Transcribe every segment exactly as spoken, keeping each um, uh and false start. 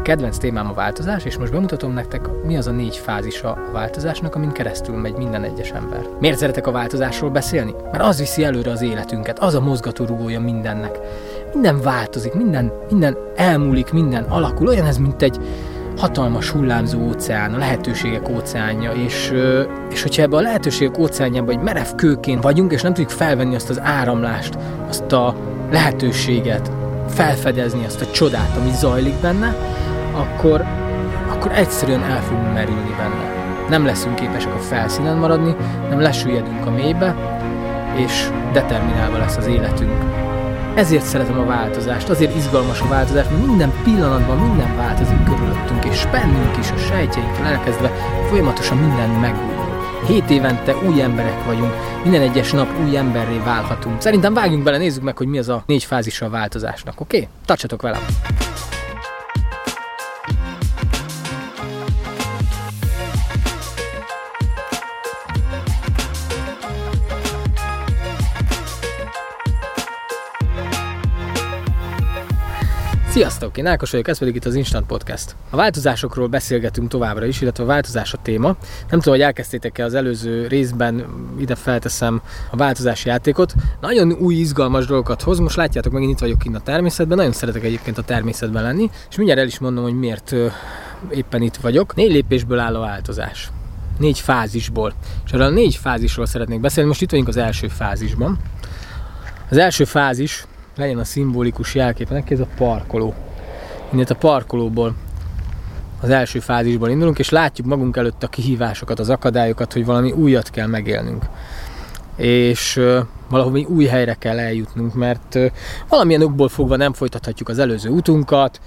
kedvenc témám a változás, és most bemutatom nektek, mi az a négy fázisa a változásnak, amin keresztül megy minden egyes ember. Miért szeretek a változásról beszélni? Mert az viszi előre az életünket, az a mozgatórugója mindennek. Minden változik, minden, minden elmúlik, minden alakul, olyan ez, mint egy hatalmas hullámzó óceán, a lehetőségek óceánja, és, és hogyha ebben a lehetőségek óceánjában egy merev kőként vagyunk, és nem tudjuk felvenni azt az áramlást, azt a lehetőséget, felfedezni azt a csodát, ami zajlik benne, akkor, akkor egyszerűen el fogunk merülni benne. Nem leszünk képesek a felszínen maradni, nem lesüllyedünk a mélybe, és determinálva lesz az életünk. Ezért szeretem a változást, azért izgalmas a változás, mert minden pillanatban minden változik körülöttünk, és bennünk is, a sejtjeinktől elkezdve folyamatosan minden megújul. Hét évente új emberek vagyunk, minden egyes nap új emberré válhatunk. Szerintem vágjunk bele, nézzük meg, hogy mi az a négy fázisa a változásnak, oké? Okay? Tartsatok velem! Sziasztok! Én Ákos vagyok, ez pedig itt az Instant Podcast. A változásokról beszélgetünk továbbra is, illetve a változás a téma. Nem tudom, hogy elkezdtétek-e az előző részben, ide felteszem a változási játékot. Nagyon új, izgalmas dolgokat hoz. Most látjátok, megint itt vagyok kint a természetben. Nagyon szeretek egyébként a természetben lenni, és mindjárt el is mondom, hogy miért ö, éppen itt vagyok. Négy lépésből áll a változás. Négy fázisból. És arra a négy fázisról szeretnék beszélni. Most itt vagyunk az első fázisban. Az első fázis, legyen a szimbolikus jelképenek, ez a parkoló. Innét a parkolóból, az első fázisból indulunk, és látjuk magunk előtt a kihívásokat, az akadályokat, hogy valami újat kell megélnünk. És uh, valahol új helyre kell eljutnunk, mert uh, valamilyen okból fogva nem folytathatjuk az előző útunkat,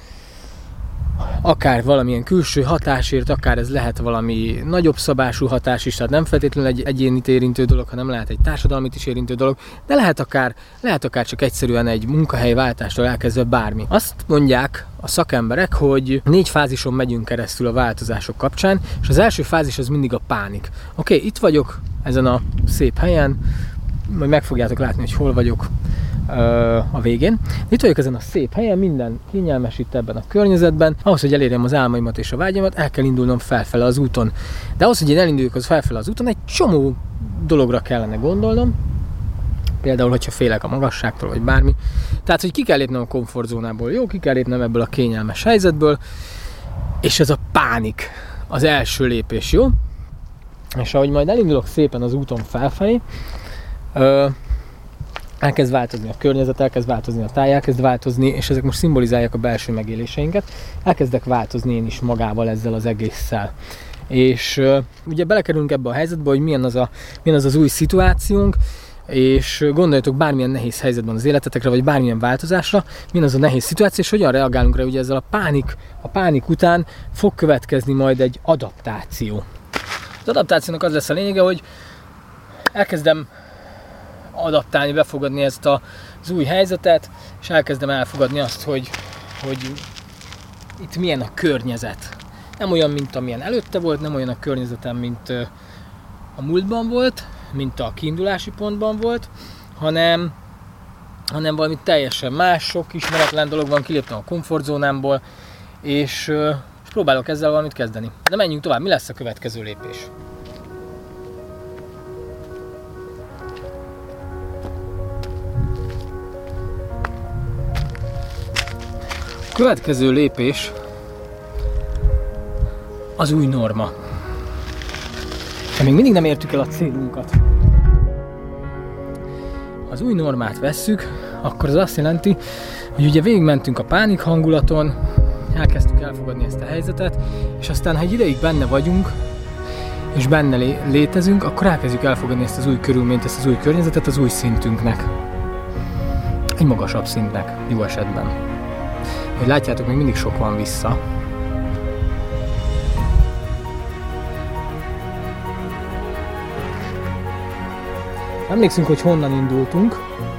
akár valamilyen külső hatásért, akár ez lehet valami nagyobb szabású hatás is, tehát nem feltétlenül egy egyénit érintő dolog, hanem lehet egy társadalmit is érintő dolog, de lehet akár, lehet akár csak egyszerűen egy munkahelyváltástól elkezdve bármi. Azt mondják a szakemberek, hogy négy fázison megyünk keresztül a változások kapcsán, és az első fázis az mindig a pánik. Oké, okay, itt vagyok ezen a szép helyen, majd meg fogjátok látni, hogy hol vagyok a végén. Itt vagyok ezen a szép helyen, minden kényelmes itt ebben a környezetben. Ahhoz, hogy elérjem az álmaimat és a vágyamat, el kell indulnom felfele az úton. De ahhoz, hogy én elinduljak az felfele az úton, egy csomó dologra kellene gondolnom. Például, hogyha félek a magasságtól, vagy bármi. Tehát, hogy ki kell lépnem a komfortzónából, jó, ki kell lépnem ebből a kényelmes helyzetből, és ez a pánik az első lépés, jó? És ahogy majd elindulok szépen az úton felfelé, ö, elkezd változni a környezet, elkezd változni a táj, elkezd változni, és ezek most szimbolizálják a belső megéléseinket. Elkezdek változni én is magával ezzel az egésszel. És uh, ugye belekerülünk ebbe a helyzetbe, hogy milyen az, a, milyen az az új szituációnk, és gondoljatok bármilyen nehéz helyzetben az életetekre, vagy bármilyen változásra, milyen az a nehéz szituáció, és hogyan reagálunk rá, ugye ezzel a pánik, a pánik után fog következni majd egy adaptáció. Az adaptációnak az lesz a lényege, hogy elkezdem adaptálni, befogadni ezt az új helyzetet, és elkezdem elfogadni azt, hogy, hogy itt milyen a környezet. Nem olyan, mint amilyen előtte volt, nem olyan a környezetem, mint a múltban volt, mint a kiindulási pontban volt, hanem, hanem valami teljesen más, sok ismeretlen dolog van, kiléptem a komfortzónámból, és, és próbálok ezzel valamit kezdeni. De menjünk tovább, mi lesz a következő lépés? A következő lépés az új norma. De még mindig nem értük el a célunkat. Ha az új normát vesszük, akkor az azt jelenti, hogy ugye végigmentünk a pánik hangulaton, elkezdtük elfogadni ezt a helyzetet, és aztán, ha egy ideig benne vagyunk, és benne lé- létezünk, akkor elkezdjük elfogadni ezt az új körülményt, ezt az új környezetet az új szintünknek. Egy magasabb szintnek, jó esetben. Hogy látjátok, még mindig sok van vissza. Emlékszünk, hogy honnan indultunk,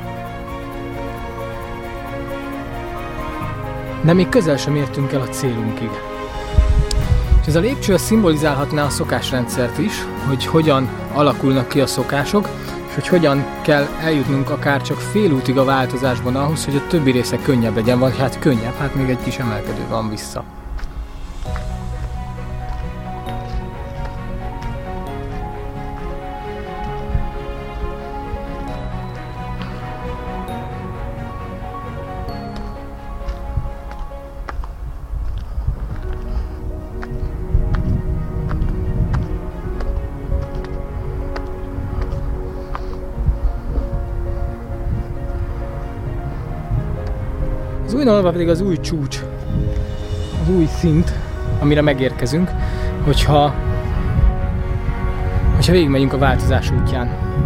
de még közel sem értünk el a célunkig. És ez a lépcső szimbolizálhatná a szokásrendszert is, hogy hogyan alakulnak ki a szokások, és hogy hogyan kell eljutnunk akár csak félútig a változásban ahhoz, hogy a többi része könnyebb legyen, vagy hát könnyebb, hát még egy kis emelkedő van vissza. új norma pedig az új csúcs, az új szint, amire megérkezünk, hogyha, hogyha végigmegyünk a változás útján.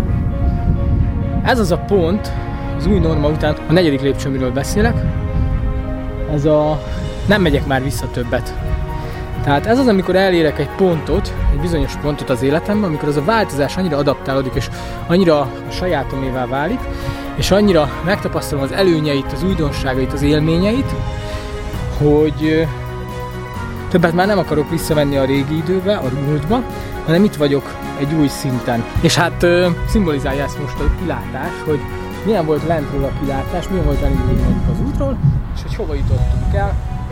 Ez az a pont, az új norma után a negyedik lépcső, amiről beszélek, ez a nem megyek már vissza többet. Tehát ez az, amikor elérek egy pontot, egy bizonyos pontot az életemben, amikor az a változás annyira adaptálódik, és annyira a sajátomévá válik, és annyira megtapasztalom az előnyeit, az újdonságait, az élményeit, hogy többet már nem akarok visszavenni a régi időbe, a múltba, hanem itt vagyok egy új szinten. És hát szimbolizálja ezt most a kilátás, hogy milyen volt lentről a kilátás, milyen volt elindulni az útról, és hogy hova jutottunk el.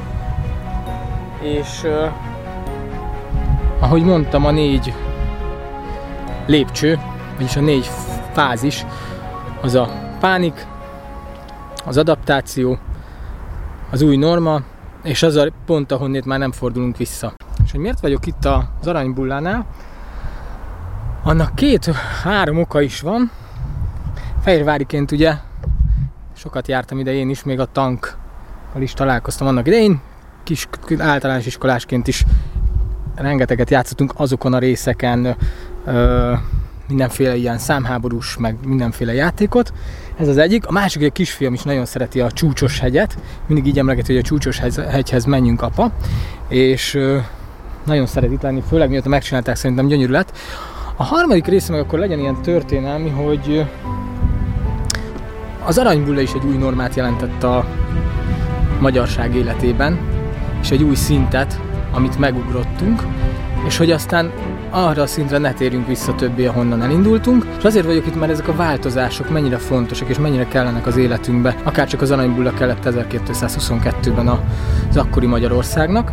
És uh, ahogy mondtam, a négy lépcső, vagyis a négy fázis, az a pánik, az adaptáció, az új norma, és az a pont, ahonnét már nem fordulunk vissza. És hogy miért vagyok itt az Aranybullánál? Annak két-három oka is van. Fehérváriként ugye sokat jártam ide én is, még a tankkal is találkoztam annak idején. Kis általános iskolásként is rengeteget játszottunk azokon a részeken, ö, mindenféle ilyen számháborús, meg mindenféle játékot. Ez az egyik. A másik, hogy a kisfiam is nagyon szereti a Csúcsos hegyet. Mindig így emlegeti, hogy a Csúcsos hegyhez menjünk, apa. És ö, nagyon szeret itt lenni, főleg mióta megcsinálták, szerintem gyönyörű lett. A harmadik része meg akkor legyen ilyen történelmi, hogy az Aranybulla is egy új normát jelentett a magyarság életében, és egy új szintet, amit megugrottunk, és hogy aztán arra a szintre ne térjünk vissza többé, ahonnan elindultunk. És azért vagyok itt, mert ezek a változások mennyire fontosak, és mennyire kellenek az életünkbe. Akárcsak az Aranybulla kellett ezerkétszázhuszonkettőben az akkori Magyarországnak.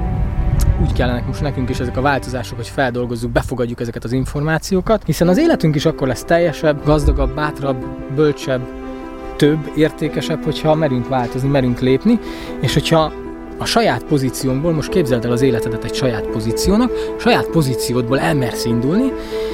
Úgy kellenek most nekünk is ezek a változások, hogy feldolgozzuk, befogadjuk ezeket az információkat, hiszen az életünk is akkor lesz teljesebb, gazdagabb, bátrabb, bölcsebb, több, értékesebb, hogyha merünk változni, merünk lépni, és hogyha a saját pozíciónkból, most képzeld el az életedet egy saját pozíciónak, saját pozíciódból elmersz indulni,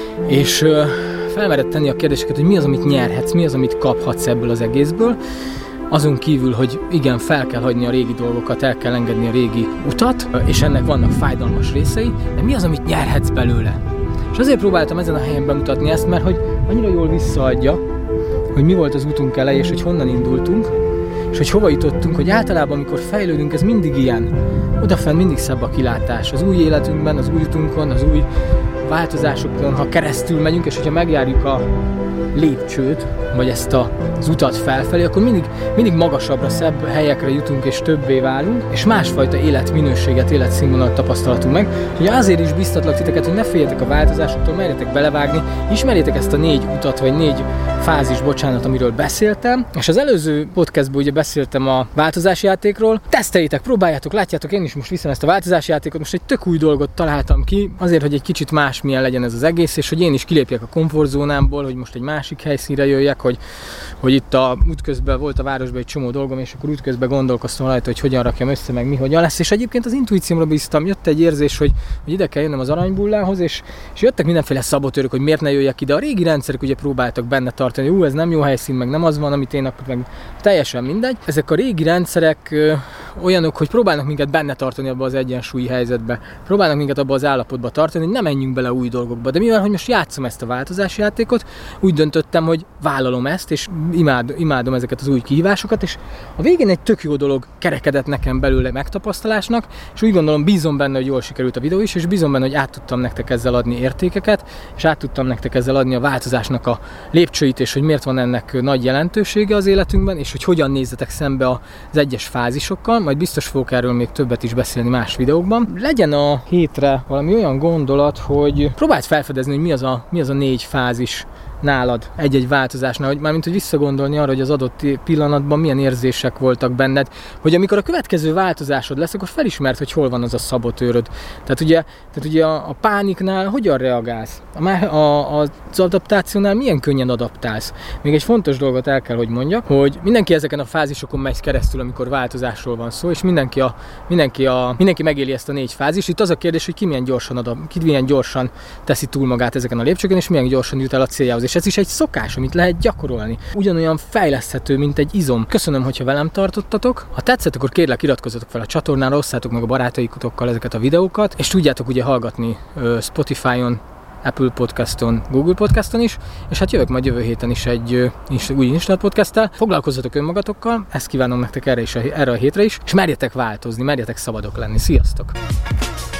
és ö, felmered tenni a kérdéseket, hogy mi az, amit nyerhetsz, mi az, amit kaphatsz ebből az egészből, azon kívül, hogy igen, fel kell hagyni a régi dolgokat, el kell engedni a régi utat, és ennek vannak fájdalmas részei, de mi az, amit nyerhetsz belőle? És azért próbáltam ezen a helyen bemutatni ezt, mert hogy annyira jól visszaadja, hogy mi volt az útunk eleje, és hogy honnan indultunk, és hogy hova jutottunk, hogy általában, amikor fejlődünk, ez mindig ilyen. Odafenn mindig szebb a kilátás. Az új életünkben, az új utunkon, az új változásokon, ha keresztül megyünk, és hogyha megjárjuk a lépcsőt, vagy ezt a, az utat felfelé, akkor mindig, mindig magasabbra, szebb helyekre jutunk, és többé válunk, és másfajta életminőséget, életszínvonalat tapasztalatunk meg. Úgyhogy azért is biztatlak titeket, hogy ne féljetek a változásoktól, merjetek belevágni, ismerjétek ezt a négy utat, vagy négy fázis, bocsánat, amiről beszéltem. És az előző podcastban ugye beszéltem a változási játékról. Teszteljétek, próbáljátok, látjátok, én is most viszem ezt a változási játékot, most egy tök új dolgot találtam ki, azért, hogy egy kicsit másmilyen legyen ez az egész, és hogy én is kilépjek a komfortzónámból, hogy most egy másik helyszínre jöjjek, hogy, hogy itt a útközben volt a városban egy csomó dolgom, és akkor útközben gondolkoztam rajta, hogy hogyan rakjam össze, meg mi hogyan lesz. És egyébként az intuíciómra bíztam, jött egy érzés, hogy, hogy ide kell jönnöm az Aranybullához, és, és jöttek mindenféle szabotőrök, hogy miért ne jöjjek ide. A régi rendszerek ugye próbáltak benne tartani, hogy ú, ez nem jó helyszín, meg nem az van, amit én akkor meg teljesen mindegy. Ezek a régi rendszerek ö, olyanok, hogy próbálnak minket benne tartani abba az egyensúlyi helyzetbe. Próbálnak minket abba az állapotba tartani, hogy ne menjünk bele új dolgokba. De mivel hogy most játszom ezt a változási játékot, úgy döntöttem, hogy vállalom ezt, és imád, imádom ezeket az új kihívásokat, és a végén egy tök jó dolog kerekedett nekem belőle megtapasztalásnak, és úgy gondolom, bízom benne, hogy jól sikerült a videó is, és bízom benne, hogy át tudtam nektek ezzel adni értékeket, és át tudtam nektek ezzel adni a változásnak a lépcsőit, és hogy miért van ennek nagy jelentősége az életünkben, és hogy hogyan nézzetek szembe az egyes fázisokkal, majd biztos fogok erről még többet is beszélni más videókban. Legyen a hétre valami olyan gondolat, hogy próbáld felfedezni, hogy mi az a, mi az a négy fázis nálad egy-egy változásnál, hogy mármint, hogy visszagondolni arra, hogy az adott pillanatban milyen érzések voltak benned, hogy amikor a következő változásod lesz, akkor felismerd, hogy hol van az a szabotőröd. Tehát ugye, tehát ugye a, a pániknál hogyan reagálsz? A, a, az adaptációnál milyen könnyen adaptálsz? Még egy fontos dolgot el kell, hogy mondjak, hogy mindenki ezeken a fázisokon megy keresztül, amikor változásról van szó, és mindenki, a, mindenki, a, mindenki megéli ezt a négy fázist. Itt az a kérdés, hogy ki milyen gyorsan, adap, ki milyen gyorsan teszi túl magát ezeken a lépcsőkön, és milyen gyorsan jut el a céljához. És és ez is egy szokás, amit lehet gyakorolni. Ugyanolyan fejleszthető, mint egy izom. Köszönöm, hogyha velem tartottatok. Ha tetszett, akkor kérlek, iratkozzatok fel a csatornára, osszátok meg a barátaitokkal ezeket a videókat, és tudjátok ugye hallgatni Spotify-on, Apple Podcaston, Google Podcaston is, és hát jövök majd jövő héten is egy új Instant Podcasttel. Foglalkozzatok önmagatokkal, ezt kívánom nektek erre, is, erre a hétre is, és merjetek változni, merjetek szabadok lenni. Sziasztok!